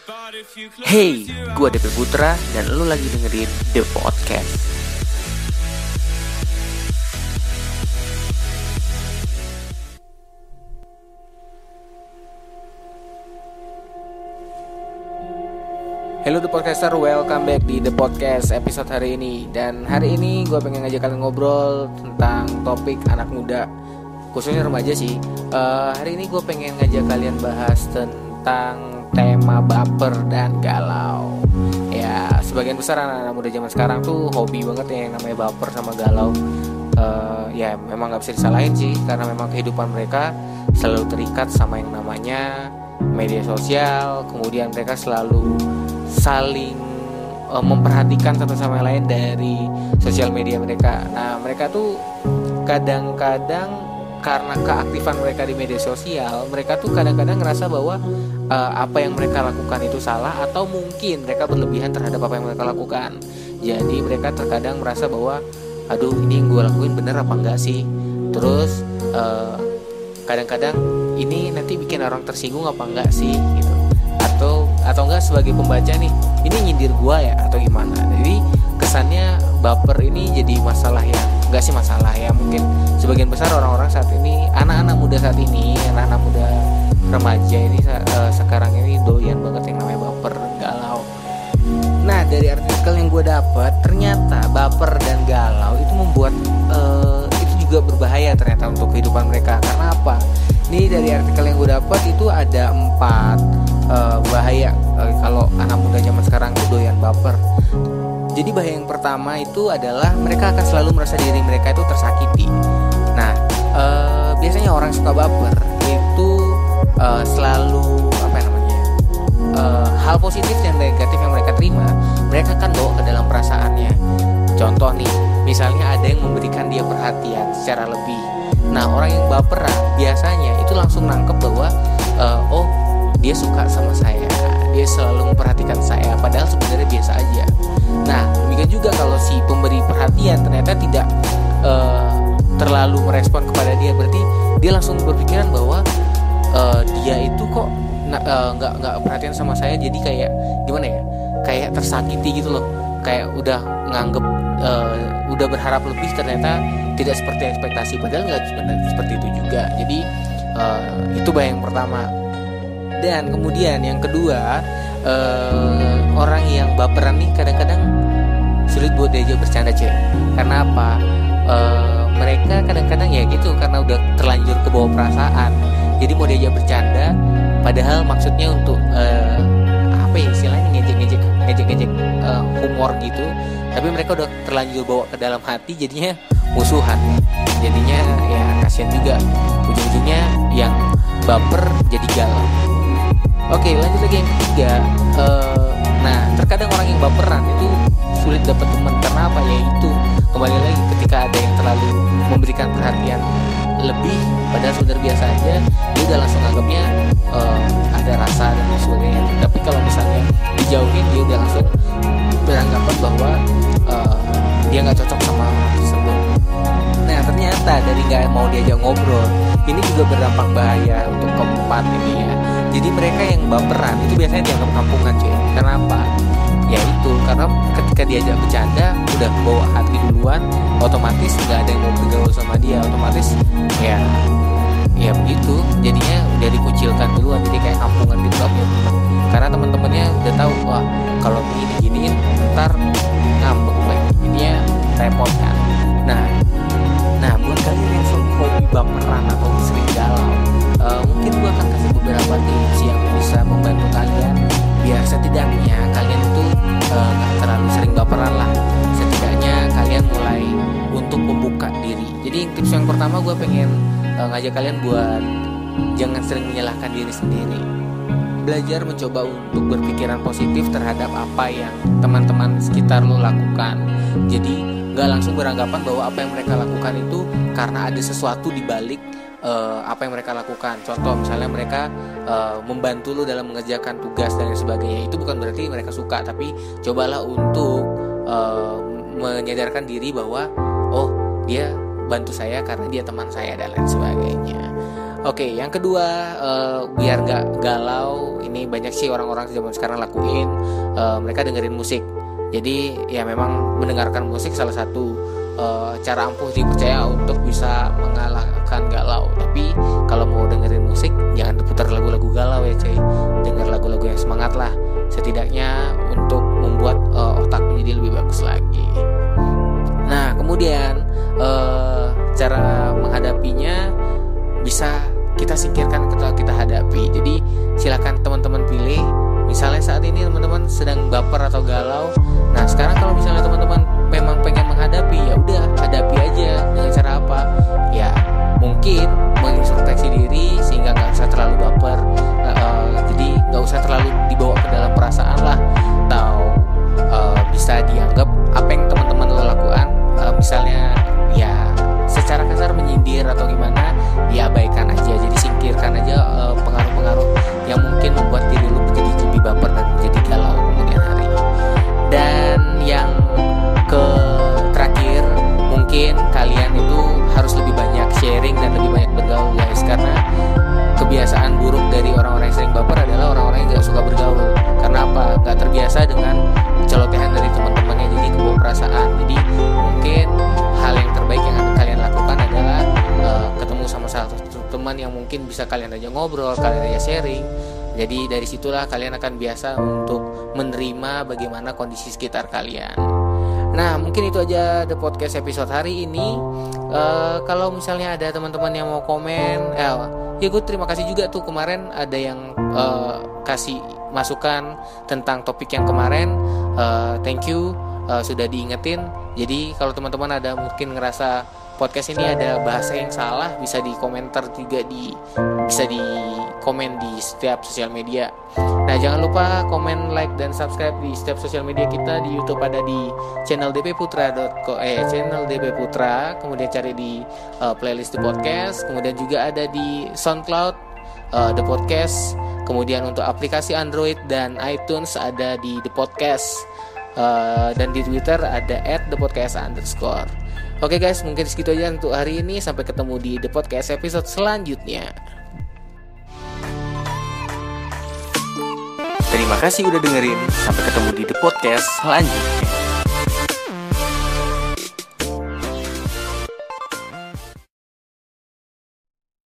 Hey, gue DP Putra dan lu lagi dengerin The Podcast. Hello The Podcaster, welcome back di The Podcast episode hari ini. Dan hari ini gue pengen ngajak kalian ngobrol tentang topik anak muda, khususnya remaja sih. Hari ini gue pengen ngajak kalian bahas tentang tema baper dan galau. Ya, sebagian besar anak-anak muda zaman sekarang tuh hobi banget ya yang namanya baper sama galau. Ya memang gak bisa disalahin sih, karena memang kehidupan mereka selalu terikat sama yang namanya media sosial. Kemudian mereka selalu saling memperhatikan satu sama yang lain dari sosial media mereka. Nah, mereka tuh kadang-kadang karena keaktifan mereka di media sosial, mereka tuh kadang-kadang ngerasa bahwa apa yang mereka lakukan itu salah, atau mungkin mereka berlebihan terhadap apa yang mereka lakukan. Jadi mereka terkadang merasa bahwa aduh, ini yang gue lakuin bener apa enggak sih. Terus kadang-kadang ini nanti bikin orang tersinggung apa enggak sih gitu. Atau enggak sebagai pembaca nih, ini nyindir gue ya atau gimana. Jadi kesannya baper ini jadi masalah yang enggak sih masalah ya. Mungkin sebagian besar orang-orang saat ini, anak-anak muda saat ini, anak-anak muda remaja ini sekarang ini doyan banget yang namanya baper dan galau. Nah, dari artikel yang gue dapat, ternyata baper dan galau itu membuat itu juga berbahaya ternyata untuk kehidupan mereka. Karena apa? Ini dari artikel yang gue dapat itu ada 4 bahaya kalau anak muda zaman sekarang itu doyan baper. Jadi bahaya yang pertama itu adalah mereka akan selalu merasa diri mereka itu tersakiti. Nah, biasanya orang suka baper itu selalu hal positif dan negatif yang mereka terima, mereka akan bawa ke dalam perasaannya. Contoh nih, misalnya ada yang memberikan dia perhatian secara lebih. Nah, orang yang baperan biasanya itu langsung nangkep bahwa oh, dia suka sama saya, dia selalu memperhatikan saya, padahal sebenarnya biasa aja. Nah, demikian juga kalau si pemberi perhatian ternyata tidak terlalu merespon kepada dia, berarti dia langsung berpikiran bahwa dia itu kok nggak perhatian sama saya, jadi kayak gimana ya, kayak tersakiti gitu loh, kayak udah nganggep udah berharap lebih, ternyata tidak seperti ekspektasi, padahal nggak seperti itu juga. Jadi itu bahaya yang pertama. Dan kemudian yang kedua, orang yang baperan nih kadang-kadang sulit buat diajak bercanda, cuy. Karena apa? Mereka kadang-kadang ya gitu, karena udah terlanjur ke bawah perasaan. Jadi mau diajak bercanda, padahal maksudnya untuk apa ya istilahnya, ngejek humor gitu, tapi mereka udah terlanjur bawa ke dalam hati, jadinya musuhan. Jadinya ya kasihan juga, ujung-ujungnya yang baper jadi galau. Oke, lanjut lagi yang ketiga. Nah, terkadang orang yang baperan itu sulit dapat teman. Karena apa? Yaitu kembali lagi, ketika ada yang terlalu memberikan perhatian lebih, padahal sebenarnya biasa aja, dia udah langsung anggapnya ada rasa dan sebagainya. Tapi kalau misalnya dijauhin, dia udah langsung beranggapan bahwa dia nggak cocok sama orang tersebut. Nah, ternyata dari nggak mau diajak ngobrol, ini juga berdampak bahaya untuk keempat ini ya. Jadi mereka yang baperan itu biasanya dianggap kampungan, cuy. Kenapa? Ya itu, karena ketika diajak bercanda udah bawa hati duluan, otomatis nggak ada yang mau bergaul sama dia, otomatis ya begitu, jadinya udah dikucilkan duluan, jadi kayak kampungan gitu ya. Karena teman-temannya udah tahu, wah kalau gini-giniin ntar ngambek lagi, jadinya repot kan. Nah buat kalian yang hobi baperan atau sering galau, mungkin gue akan kasih beberapa tips yang bisa membantu kalian biar setidaknya kalian itu gak terlalu sering baperan lah. Setidaknya kalian mulai untuk membuka diri. Jadi tips yang pertama, gue pengen ngajak kalian buat jangan sering menyalahkan diri sendiri. Belajar mencoba untuk berpikiran positif terhadap apa yang teman-teman sekitar lo lakukan. Jadi gak langsung beranggapan bahwa apa yang mereka lakukan itu karena ada sesuatu di balik apa yang mereka lakukan. Contoh misalnya mereka membantu lo dalam mengerjakan tugas dan sebagainya, itu bukan berarti mereka suka, tapi cobalah untuk menyadarkan diri bahwa oh, dia bantu saya karena dia teman saya dan lain sebagainya. Oke, yang kedua, biar nggak galau, ini banyak sih orang-orang zaman sekarang lakuin, mereka dengerin musik. Jadi ya memang mendengarkan musik salah satu cara ampuh dipercaya untuk bisa mengalahkan galau. Tapi kalau mau dengerin musik, jangan putar lagu-lagu galau ya cuy. Denger lagu-lagu yang semangat lah, setidaknya untuk membuat otak menjadi lebih bagus lagi. Nah kemudian cara menghadapinya bisa kita singkirkan ketika kita hadapi. Jadi silakan teman-teman pilih. Misalnya saat ini teman-teman sedang baper atau galau. Nah sekarang kalau misalnya teman-teman memang pengen menghadapi, ya udah hadapi aja. Dengan cara apa? Ya mungkin mengintrospeksi diri sehingga nggak usah terlalu baper. Jadi nggak usah terlalu dibawa ke dalam perasaan lah. Atau bisa dianggap apa yang teman-teman lakukan, misalnya ya secara kasar menyindir atau gimana, diabaikan aja. Jadi singkirkan aja pengaruh-pengaruh yang mungkin membuat diri lu menjadi lebih baper dan menjadi galau kemudian hari. Dan yang terakhir, mungkin kalian itu harus lebih banyak sharing dan lebih banyak bergaul guys. Karena kebiasaan buruk dari orang-orang yang sering baper adalah orang-orang yang gak suka bergaul. Karena apa? Gak terbiasa dengan celotehan dari teman-temannya, jadi kebawa perasaan. Jadi mungkin hal yang terbaik yang kalian lakukan adalah ketemu sama salah satu teman yang mungkin bisa kalian aja ngobrol, kalian aja sharing. Jadi dari situlah kalian akan biasa untuk menerima bagaimana kondisi sekitar kalian. Nah mungkin itu aja The Podcast episode hari ini. Kalau misalnya ada teman-teman yang mau komen, ya gue terima kasih juga tuh, kemarin ada yang kasih masukan tentang topik yang kemarin. Thank you, sudah diingetin. Jadi kalau teman-teman ada mungkin ngerasa podcast ini ada bahasa yang salah, bisa di komentar juga, bisa di komen di setiap sosial media. Nah jangan lupa komen, like, dan subscribe di setiap sosial media kita. Di YouTube ada di channel channel DP Putra, kemudian cari di playlist The Podcast. Kemudian juga ada di SoundCloud The Podcast. Kemudian untuk aplikasi Android dan iTunes ada di The Podcast. Dan di Twitter ada @thepodcast_. Oke guys, mungkin segitu aja untuk hari ini. Sampai ketemu di The Podcast episode selanjutnya. Terima kasih udah dengerin. Sampai ketemu di The Podcast selanjutnya.